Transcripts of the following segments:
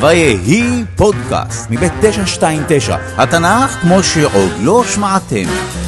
ויהי פודקאסט מבית 929, התנ"ך כמו שעוד לא שמעתם.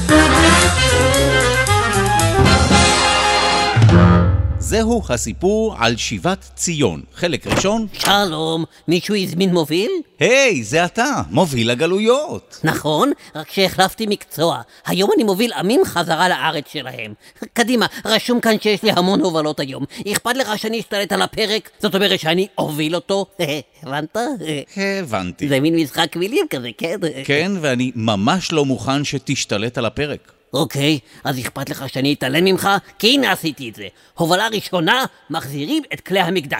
זהו הסיפור על שיבת ציון. חלק ראשון. שלום, מישהו הזמין מוביל? היי, זה אתה, מוביל הגלויות. נכון, רק שהחלפתי מקצוע. היום אני מוביל עמים חזרה לארץ שלהם. קדימה, רשום כאן שיש לי המון הובלות היום. אכפת לך שאני אשתלט על הפרק? זאת אומרת שאני אוביל אותו? הבנת? הבנתי. זה מין משחק מילים כזה, כן? כן, ואני ממש לא מוכן שתשתלט על הפרק. אוקיי, אז אכפת לך שאני אתעלם ממך? כי הנה עשיתי את זה. הובלה ראשונה, מחזירים את כלי המקדש.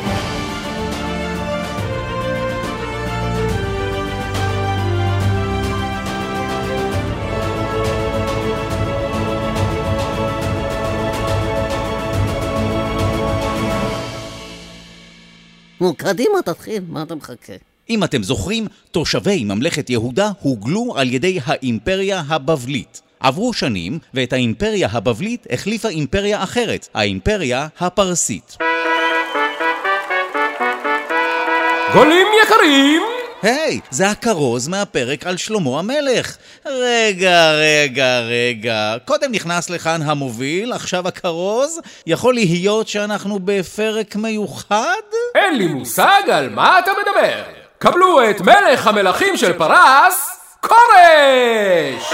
קדימה, תתחיל, מה אתה מחכה? אם אתם זוכרים, תושבי ממלכת יהודה הוגלו על ידי האימפריה הבבלית. עברו שנים, ואת האימפריה הבבלית החליפה אימפריה אחרת, האימפריה הפרסית. גולים יקרים! היי, זה הכרוז מהפרק על שלמה המלך. רגע. קודם נכנס לכאן המוביל, עכשיו הכרוז. יכול להיות שאנחנו בפרק מיוחד? אין לי מושג על מה אתה מדבר. קבלו את מלך המלכים של פרס, קורש!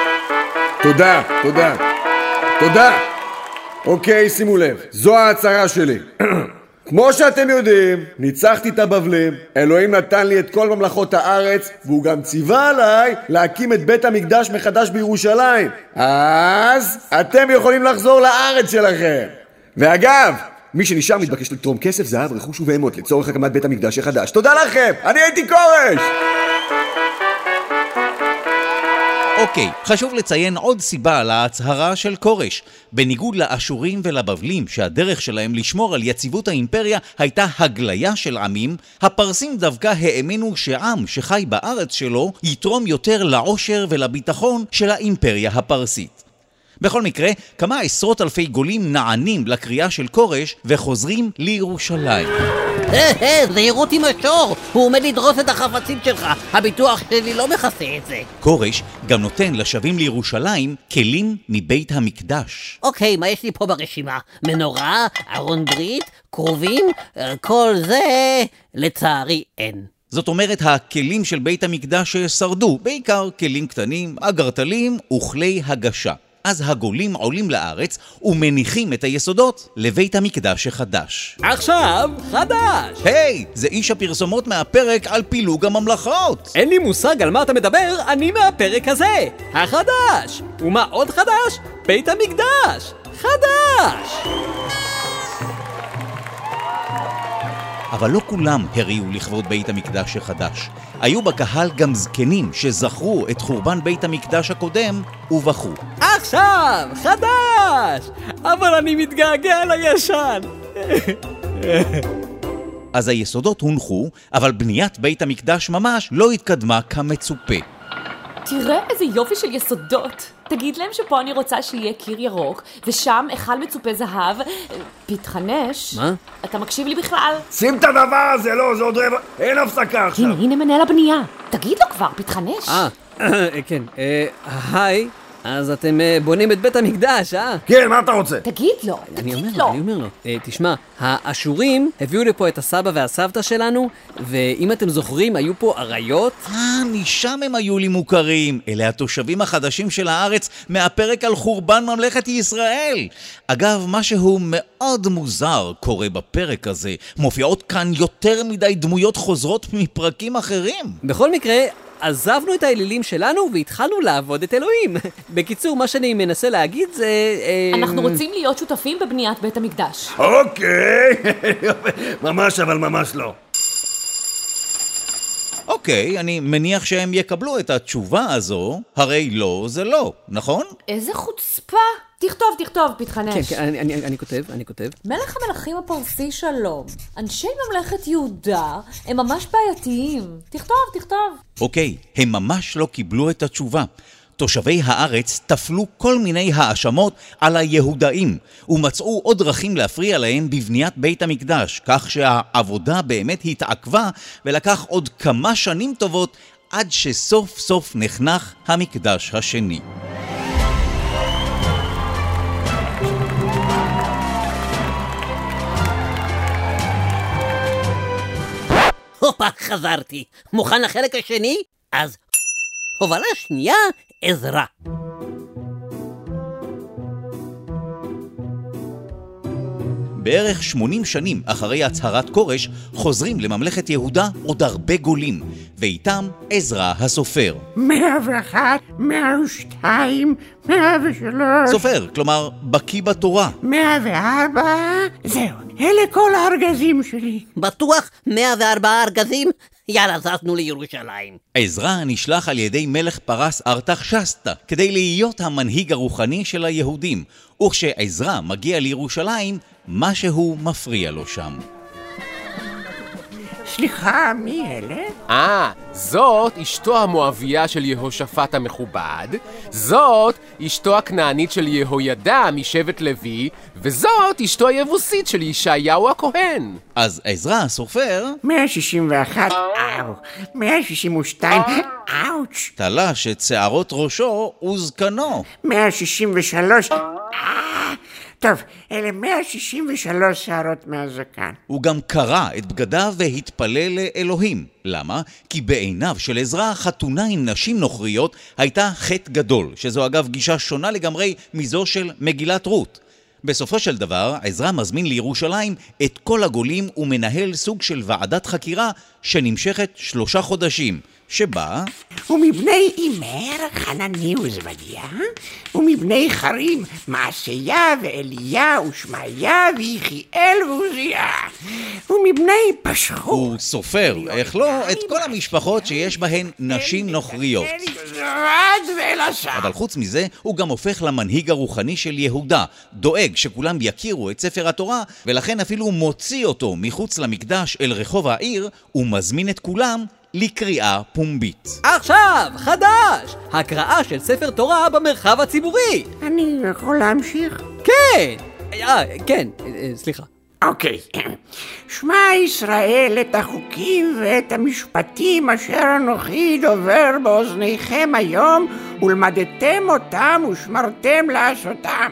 תודה. אוקיי, שימו לב, זו ההצהרה שלי. כמו שאתם יודעים, ניצחתי את הבבלים, אלוהים נתן לי את כל ממלכות הארץ, והוא גם ציווה עליי להקים את בית המקדש מחדש בירושלים. אז אתם יכולים לחזור לארץ שלכם. ואגב, מי שנשאר מתבקש לתרום כסף, זהב, רכוש ובהמות לצורך הקמת בית המקדש החדש. תודה לכם, אני הייתי קורש! אוקיי, חשוב לציין עוד סיבה להצהרה של קורש. בניגוד לאשורים ולבבלים, שהדרך שלהם לשמור על יציבות האימפריה הייתה הגליה של עמים, הפרסים דווקא האמינו שעם שחי בארץ שלו יתרום יותר לעושר ולביטחון של האימפריה הפרסית. בכל מקרה, כמה עשרות אלפי גולים נענים לקריאה של קורש וחוזרים לירושלים. זהירות עם השור, הוא עומד לדרוס את החפצים שלך, הביטוח שלי לא מכסה את זה. קורש גם נותן לשבים לירושלים כלים מבית המקדש. אוקיי, מה יש לי פה ברשימה? מנורה, ארון ברית, קרובים, כל זה לצערי אין. זאת אומרת, הכלים של בית המקדש ששרדו, בעיקר כלים קטנים, אגרטלים וכלי הגשה. אז הגולים עולים לארץ ומניחים את היסודות לבית המקדש החדש. עכשיו חדש! היי, זה איש הפרסומות מהפרק על פילוג הממלכות. אין לי מושג על מה אתה מדבר, אני מהפרק הזה, החדש! ומה עוד חדש? בית המקדש! חדש! אבל לא כולם הריעו לכבוד בית המקדש החדש. היו בקהל גם זקנים שזכרו את חורבן בית המקדש הקודם ובכו. עכשיו, חדש! אבל אני מתגעגע לישן. אז היסודות הונחו, אבל בניית בית המקדש ממש לא התקדמה כמצופה. תראה איזה יופי של יסודות. תגיד להם שפה אני רוצה שיהיה קיר ירוק, ושם אחד מצופה זהב. פתחנש. מה? אתה מקשיב לי בכלל? שים את הדבר הזה, לא, זה עוד רבע, אין הפסקה עכשיו. הנה מנהל הבנייה. תגיד לו כבר, פתחנש. כן, היי, אז אתם בונים את בית המקדש, כן, מה אתה רוצה? תגיד לו. אני אומר לו. תשמע, האשורים הביאו לפה את הסבא והסבתא שלנו, ואם אתם זוכרים, היו פה אריות. משם הם היו לי מוכרים. אלה התושבים החדשים של הארץ מהפרק על חורבן ממלכת ישראל. אגב, משהו מאוד מוזר קורה בפרק הזה. מופיעות כאן יותר מדי דמויות חוזרות מפרקים אחרים. בכל מקרה, עזבנו את האלילים שלנו והתחלנו לעבוד את אלוהים. בקיצור, מה שאני מנסה להגיד זה... אנחנו רוצים להיות שותפים בבניית בית המקדש. אוקיי, ממש אבל ממש לא. אוקיי, אני מניח שהם יקבלו את התשובה הזו, הרי לא זה לא, נכון? איזה חוצפה. תכתוב, פתחנש. כן, אני כותב. מלך המלכים הפרסי שלום. אנשי ממלכת יהודה הם ממש בעייתיים. תכתוב. אוקיי, הם ממש לא קיבלו את התשובה. תושבי הארץ תפלו כל מיני האשמות על היהודאים, ומצאו עוד דרכים להפריע להם בבניית בית המקדש, כך שהעבודה באמת התעכבה, ולקח עוד כמה שנים טובות עד שסוף סוף נחנך המקדש השני. הופה, חזרתי. מוכן לחלק השני? אז הובלה שנייה, עזרא. בערך 80 שנים אחרי הצהרת כורש חוזרים לממלכת יהודה עוד הרבה גולים, ואיתם עזרא הסופר. 101, 102, 103... סופר, כלומר בקיא בתורה. 104... זהו, אלה כל הארגזים שלי. בטוח 104 ארגזים? יאללה, זזנו לירושלים. עזרא נשלח על ידי מלך פרס ארתחשסתא כדי להיות המנהיג הרוחני של היהודים, וכשעזרא מגיע לירושלים, משהו מפריע לו שם. סליחה, מי אלה? זאת אשתו המואביה של יהושפט המכובד, זאת אשתו הכנענית של יהוידע משבט לוי, וזאת אשתו היבוסית של ישעיהו הכהן. אז עזרא הסופר 161, 162, אאוץ'. תלש את שערות ראשו וזקנו. 163, טוב, אלה 163 שערות מהזקן. הוא גם קרע את בגדיו והתפלל לאלוהים. למה? כי בעיניו של עזרא חתונה עם נשים נוכריות הייתה חטא גדול, שזו אגב גישה שונה לגמרי מזו של מגילת רות. בסופו של דבר, עזרא מזמין לירושלים את כל הגולים ומנהל סוג של ועדת חקירה שנמשכת 3 חודשים, שבה ומבני אימר חנני וזבדיה, ומבני חרים מעשיה ואליה ושמעיה ויחיאל ועוזיה, ומבני פשחור. הוא סופר, איך לא, את כל המשפחות שיש בהן נשים נוכריות. אבל חוץ מזה, הוא גם הופך למנהיג הרוחני של יהודה, דואג שכולם יכירו את ספר התורה, ולכן אפילו מוציא אותו מחוץ למקדש אל רחוב העיר, ומזמין את כולם לקריאה פומבית. עכשיו, חדש! הקראה של ספר תורה במרחב הציבורי. אני יכול להמשיך? כן! כן, סליחה. אוקיי. שמע ישראל את החוקים ואת המשפטים אשר אנוכי דובר באוזניכם היום, ולמדתם אותם ושמרתם לעשותם.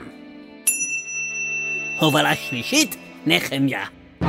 הובלה שלישית, נחמיה.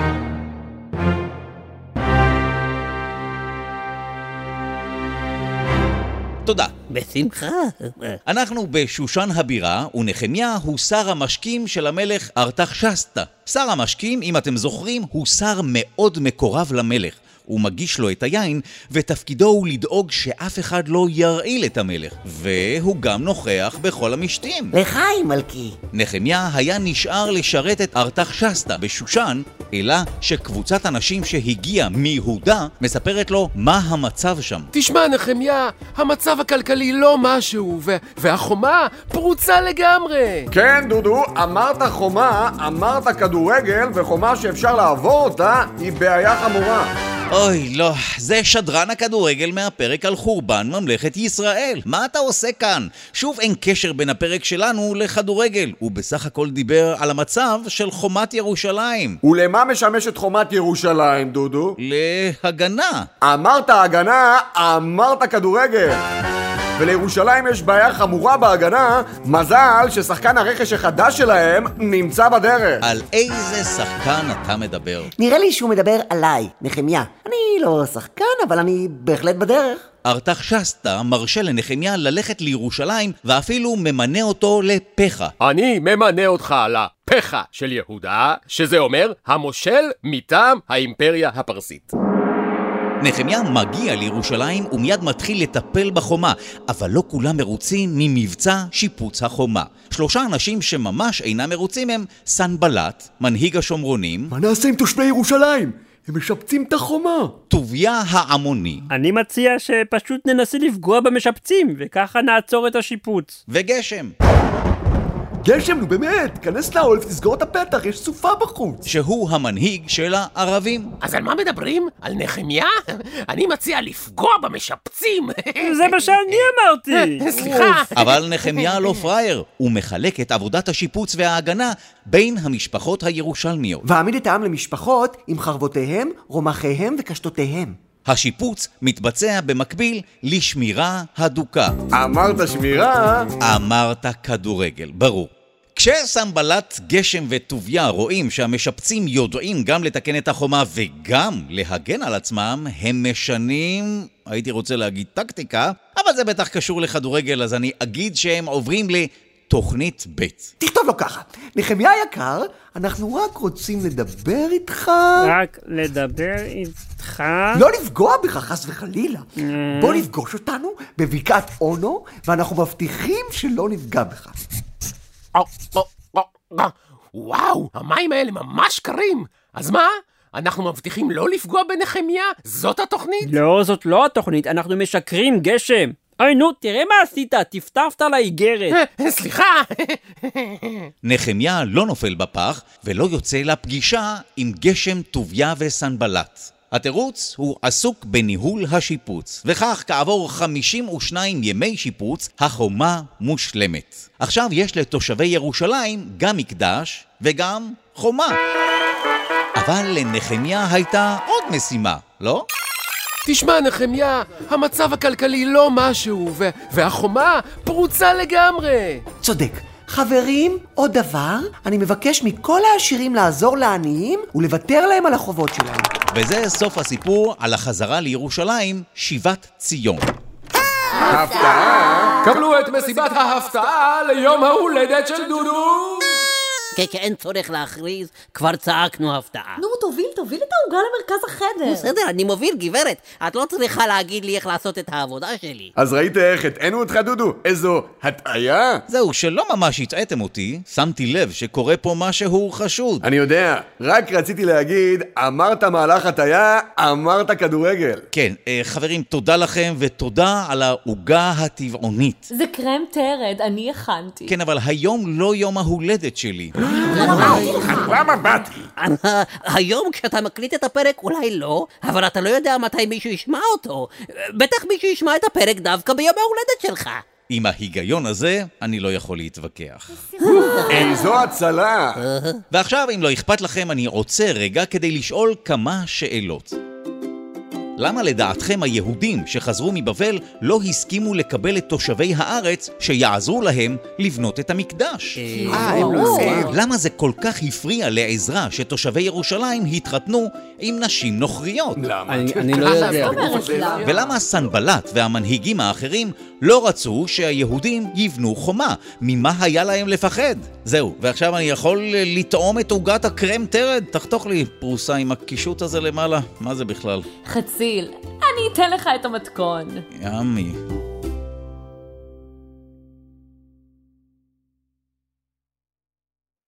תודה. בשמחה. אנחנו בשושן הבירה, ונחמיה הוא שר המשקים של המלך ארתחשסתא. שר המשקים, אם אתם זוכרים, הוא שר מאוד מקורב למלך. הוא מגיש לו את היין, ותפקידו הוא לדאוג שאף אחד לא ירעיל את המלך. והוא גם נוכח בכל המשתים. לחיים, מלכי. נחמיה היה נשאר לשרת את ארתחשסתא בשושן, אלא שקבוצת אנשים שהגיעה מיהודה מספרת לו מה המצב שם. תשמע נחמיה, המצב הכלכלי לא משהו, והחומה פרוצה לגמרי. כן, דודו, אמרת חומה, אמרת כדורגל, וחומה שאפשר לעבור אותה היא בעיה חמורה. אוי, לא, זה שדרן הכדורגל מהפרק על חורבן ממלכת ישראל. מה אתה עושה כאן? שוב אין קשר בין הפרק שלנו לכדורגל. הוא בסך הכל דיבר על המצב של חומת ירושלים. ולמה משמשת חומת ירושלים, דודו? להגנה. אמרת הגנה, אמרת כדורגל. ולירושלים יש בעיה חמורה בהגנה, מזל ששחקן הרכש החדש שלהם נמצא בדרך. על איזה שחקן אתה מדבר? נראה לי שהוא מדבר עליי, נחמיה. אני לא שחקן, אבל אני בהחלט בדרך. ארתחשסתא מרשה לנחמיה ללכת לירושלים, ואפילו ממנה אותו לפחה. אני ממנה אותך לפחה של יהודה, שזה אומר המושל מטעם האימפריה הפרסית. נחמיה מגיע לירושלים ומיד מתחיל לטפל בחומה, אבל לא כולם מרוצים ממבצע שיפוץ החומה. 3 אנשים שממש אינם מרוצים הם סנבלט, מנהיג השומרונים. מה נעשה עם תושבי ירושלים? הם משפצים את החומה. טוביה העמוני. אני מציע שפשוט ננסה לפגוע במשפצים, וככה נעצור את השיפוץ. וגשם. גשם, נו באמת, כנס לעולף, תסגור את הפתח, יש סופה בחוץ. שהוא המנהיג של הערבים. אז על מה מדברים? על נחמיה? אני מציע לפגוע במשפצים. זה מה שאני אמרתי. סליחה. אבל נחמיה לא פרייר, הוא מחלק את עבודת השיפוץ וההגנה בין המשפחות הירושלמיות. והעמיד את העם למשפחות עם חרבותיהם, רומחיהם וקשתותיהם. השיפוץ מתבצע במקביל לשמירה הדוקה. אמרת שמירה? אמרת כדורגל, ברור. כשסנבלט, גשם וטוביה רואים שהמשפצים יודעים גם לתקן את החומה וגם להגן על עצמם, הם משנים, הייתי רוצה להגיד טקטיקה, אבל זה בטח קשור לכדורגל, אז אני אגיד שהם עוברים לתוכנית ב'. תכתוב לו ככה, נחמיה יקר, אנחנו רק רוצים לדבר איתך... רק לדבר איתך? לא לפגוע בך חס וחלילה. בוא נפגוש אותנו בבקעת אונו, ואנחנו מבטיחים שלא נפגע בך. וואו, המים האלה ממש קרים. אז מה? אנחנו מבטיחים לא לפגוע בנחמיה? זאת התוכנית? לא, זאת לא התוכנית, אנחנו משקרים, גשם. אוי נו, תראה מה עשית, טפטפת על האיגרת. סליחה. נחמיה לא נופל בפח ולא יוצא לפגישה עם גשם, טוביה וסנבלט. התירוץ הוא עסוק בניהול השיפוץ, וכך כעבור 52 ימי שיפוץ החומה מושלמת. עכשיו יש לתושבי ירושלים גם מקדש וגם חומה. אבל לנחמיה הייתה עוד משימה, לא? תשמע נחמיה, המצב הכלכלי לא משהו, והחומה פרוצה לגמרי. צודק. חברים, עוד דבר, אני מבקש מכל העשירים לעזור לעניים ולוותר להם על החובות שלהם. וזה סוף הסיפור על החזרה לירושלים, שיבת ציון. הפתעה! קבלו את מסיבת ההפתעה ליום ההולדת של דודו! כן, אין צורך להכריז, כבר צעקנו הפתעה. נו, תוביל את העוגה למרכז החדר. בסדר, אני מוביל, גברת. את לא צריכה להגיד לי איך לעשות את העבודה שלי. אז ראית איך הטענו אותך דודו? איזו הטעיה? זהו, שלא ממש הטעתם אותי, שמתי לב שקורה פה משהו חשוד. אני יודע, רק רציתי להגיד, אמרת מהלך הטעיה, אמרת כדורגל. כן, חברים, תודה לכם ותודה על העוגה הטבעונית. זה קרם טרד, אני הכנתי. כן, אבל היום לא יום ההולדת שלי. למה באתי? היום כשאתה מקליט את הפרק אולי לא, אבל אתה לא יודע מתי מישהו ישמע אותו. בטח מישהו ישמע את הפרק דווקא ביום ההולדת שלך. עם ההיגיון הזה אני לא יכול להתווכח. איזו הצלה! ועכשיו, אם לא אכפת לכם, אני רוצה רגע כדי לשאול כמה שאלות. למה לדעתכם היהודים שחזרו מבבל לא הסכימו לקבל את תושבי הארץ שיעזרו להם לבנות את המקדש? למה זה כל כך הפריע לעזרה שתושבי ירושלים התחתנו עם נשים נוכריות? אני לא יודע. ולמה סנבלט והמנהיגים האחרים לא רצו שהיהודים יבנו חומה? ממה היה להם לפחד? זהו, ועכשיו אני יכול לטעום את עוגת הקרם טרד? תחתוך לי פרוסה עם הקישוט הזה למעלה. מה זה בכלל? חציל, אני אתן לך את המתכון. ימי.